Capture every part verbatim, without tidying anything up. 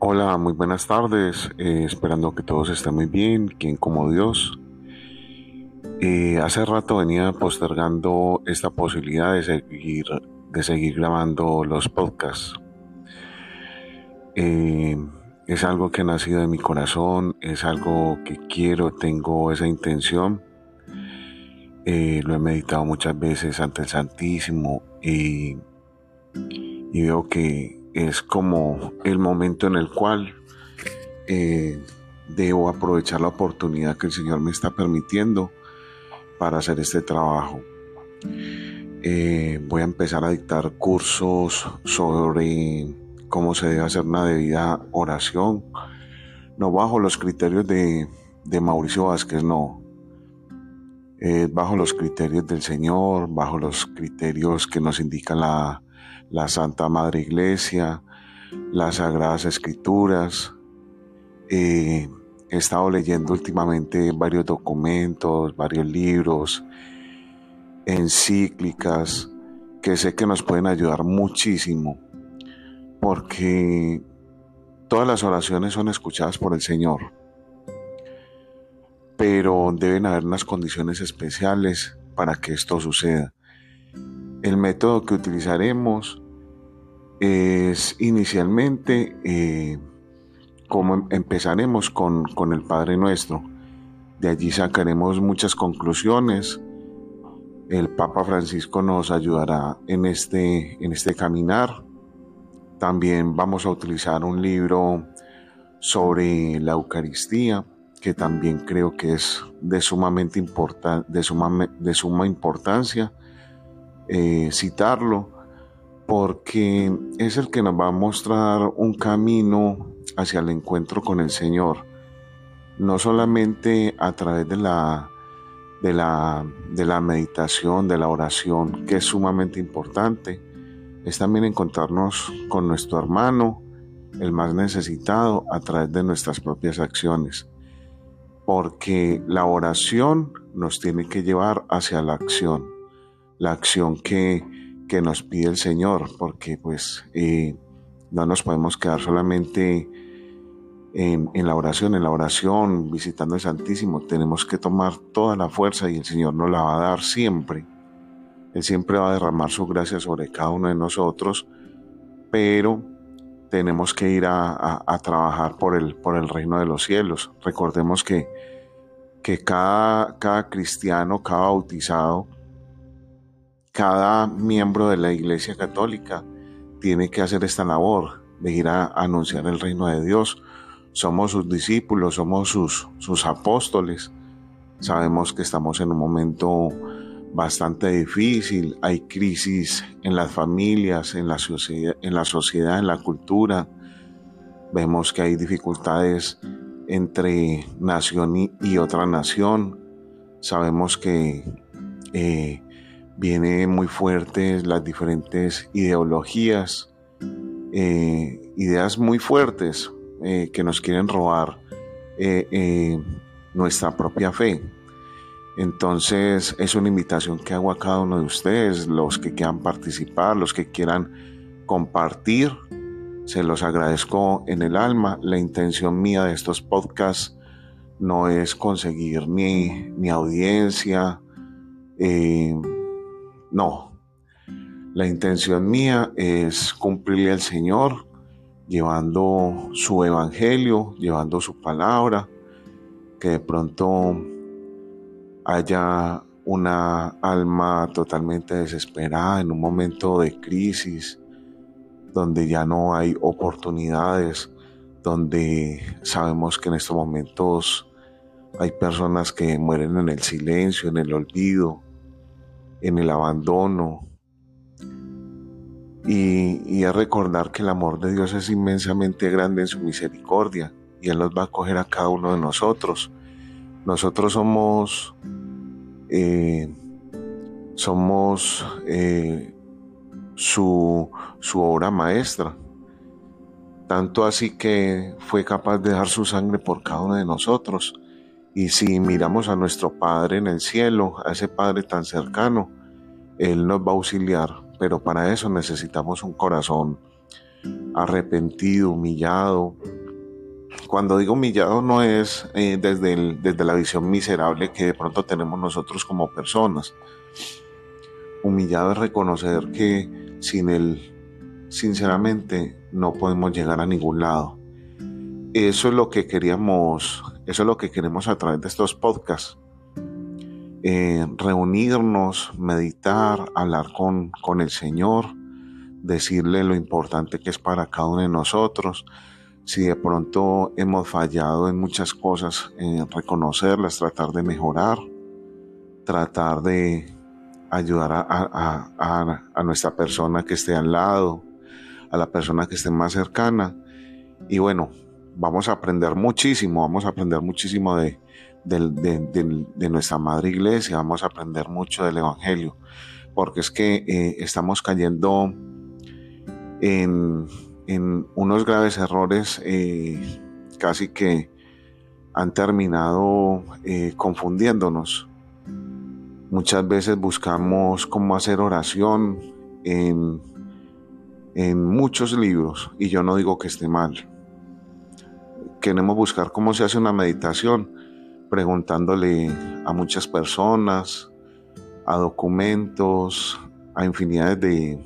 Hola, muy buenas tardes. Eh, esperando que todos estén muy bien, quien como Dios. Eh, hace rato venía postergando esta posibilidad de seguir, de seguir grabando los podcasts. Eh, es algo que ha nacido de mi corazón, es algo que quiero, tengo esa intención. Eh, lo he meditado muchas veces ante el Santísimo y, y veo que es como el momento en el cual eh, debo aprovechar la oportunidad que el Señor me está permitiendo para hacer este trabajo. Eh, voy a empezar a dictar cursos sobre cómo se debe hacer una debida oración, no bajo los criterios de, de Mauricio Vázquez, no, eh, bajo los criterios del Señor, bajo los criterios que nos indica la, la Santa Madre Iglesia, las Sagradas Escrituras. Eh, he estado leyendo últimamente varios documentos, varios libros, encíclicas, que sé que nos pueden ayudar muchísimo, porque todas las oraciones son escuchadas por el Señor, pero deben haber unas condiciones especiales para que esto suceda. El método que utilizaremos es inicialmente, eh, como empezaremos con, con el Padre Nuestro. De allí sacaremos muchas conclusiones. El Papa Francisco nos ayudará en este, en este caminar. También vamos a utilizar un libro sobre la Eucaristía, que también creo que es de, sumamente importan- de, suma, de suma importancia eh, citarlo, porque es el que nos va a mostrar un camino hacia el encuentro con el Señor, no solamente a través de la de la, de la meditación, de la oración, que es sumamente importante, es también encontrarnos con nuestro hermano, el más necesitado, a través de nuestras propias acciones, porque la oración nos tiene que llevar hacia la acción, la acción que, que nos pide el Señor, porque pues eh, no nos podemos quedar solamente En, en la oración, en la oración, visitando el Santísimo, tenemos que tomar toda la fuerza y el Señor nos la va a dar siempre. Él siempre va a derramar su gracia sobre cada uno de nosotros, pero tenemos que ir a, a, a trabajar por el, por el reino de los cielos. Recordemos que, que cada, cada cristiano, cada bautizado, cada miembro de la Iglesia Católica tiene que hacer esta labor de ir a, a anunciar el reino de Dios. Somos sus discípulos, somos sus, sus apóstoles. Sabemos que estamos en un momento bastante difícil, hay crisis en las familias, en la sociedad, en la, sociedad, en la cultura. Vemos que hay dificultades entre nación y, y otra nación. Sabemos que eh, vienen muy fuertes las diferentes ideologías, eh, ideas muy fuertes eh, que nos quieren robar eh, eh, nuestra propia fe. Entonces es una invitación que hago a cada uno de ustedes, los que quieran participar, los que quieran compartir, se los agradezco en el alma. La intención mía de estos podcasts no es conseguir ni, ni audiencia, eh, no. La intención mía es cumplirle al Señor, llevando su evangelio, llevando su palabra, que de pronto haya una alma totalmente desesperada en un momento de crisis, donde ya no hay oportunidades, donde sabemos que en estos momentos hay personas que mueren en el silencio, en el olvido, en el abandono. Y, y es recordar que el amor de Dios es inmensamente grande en su misericordia y Él nos va a acoger a cada uno de nosotros. Nosotros somos, eh, somos eh, su, su obra maestra, tanto así que fue capaz de dar su sangre por cada uno de nosotros. Y si miramos a nuestro Padre en el cielo, a ese Padre tan cercano, Él nos va a auxiliar, pero para eso necesitamos un corazón arrepentido, humillado. Cuando digo humillado no es eh, desde, el, desde la visión miserable que de pronto tenemos nosotros como personas. Humillado es reconocer que sin Él, sinceramente, no podemos llegar a ningún lado. Eso es lo que queríamos, eso es lo que queremos a través de estos podcasts. Eh, reunirnos, meditar, hablar con, con el Señor, decirle lo importante que es para cada uno de nosotros. Si de pronto hemos fallado en muchas cosas, eh, reconocerlas, tratar de mejorar, tratar de ayudar a, a, a, a nuestra persona que esté al lado, a la persona que esté más cercana. Y bueno, vamos a aprender muchísimo, vamos a aprender muchísimo de, de, de, de, de nuestra madre iglesia, vamos a aprender mucho del Evangelio, porque es que eh, estamos cayendo en, en unos graves errores eh, casi que han terminado eh, confundiéndonos. Muchas veces buscamos cómo hacer oración en, en muchos libros, y yo no digo que esté mal. Queremos buscar cómo se hace una meditación, preguntándole a muchas personas, a documentos, a infinidades de,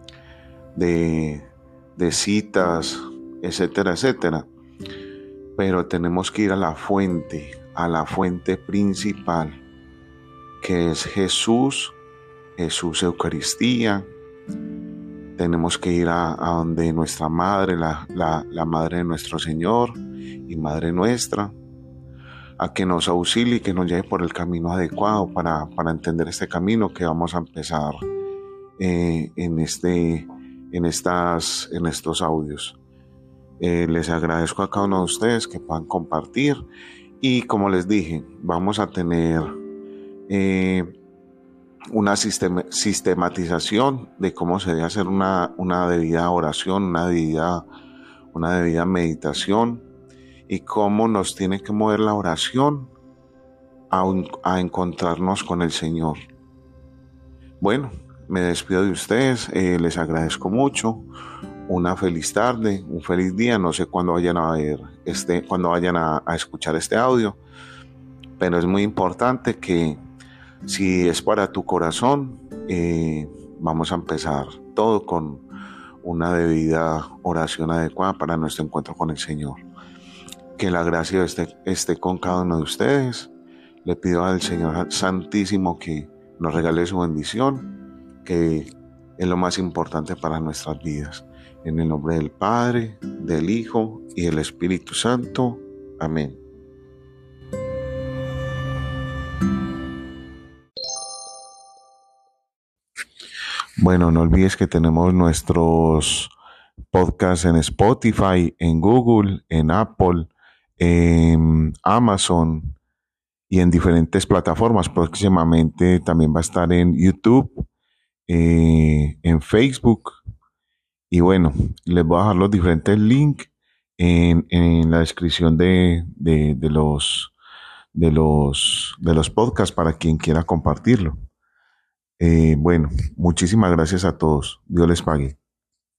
de, de citas, etcétera, etcétera. Pero tenemos que ir a la fuente, a la fuente principal, que es Jesús, Jesús Eucaristía. Tenemos que ir a, a donde nuestra madre, la, la, la madre de nuestro Señor y madre nuestra, a que nos auxilie y que nos lleve por el camino adecuado para, para entender este camino que vamos a empezar eh, en, este, en, estas, en estos audios. Eh, les agradezco a cada uno de ustedes que puedan compartir, y como les dije, vamos a tener eh, una sistema, sistematización de cómo se debe hacer una, una debida oración, una debida, una debida meditación, y cómo nos tiene que mover la oración a, un, a encontrarnos con el Señor. Bueno, me despido de ustedes, eh, les agradezco mucho. Una feliz tarde, un feliz día. No sé cuándo vayan a ver este, cuándo vayan a, a escuchar este audio, pero es muy importante que, si es para tu corazón, eh, vamos a empezar todo con una debida oración adecuada para nuestro encuentro con el Señor. Que la gracia esté, esté con cada uno de ustedes. Le pido al Señor Santísimo que nos regale su bendición, que es lo más importante para nuestras vidas. En el nombre del Padre, del Hijo y del Espíritu Santo. Amén. Bueno, no olvides que tenemos nuestros podcasts en Spotify, en Google, en Apple, en Amazon y en diferentes plataformas. Próximamente también va a estar en YouTube, eh, en Facebook. Y bueno, les voy a dejar los diferentes links en, en la descripción de, de, de, los, de, los, de los podcasts para quien quiera compartirlo. Eh, bueno, muchísimas gracias a todos. Dios les pague.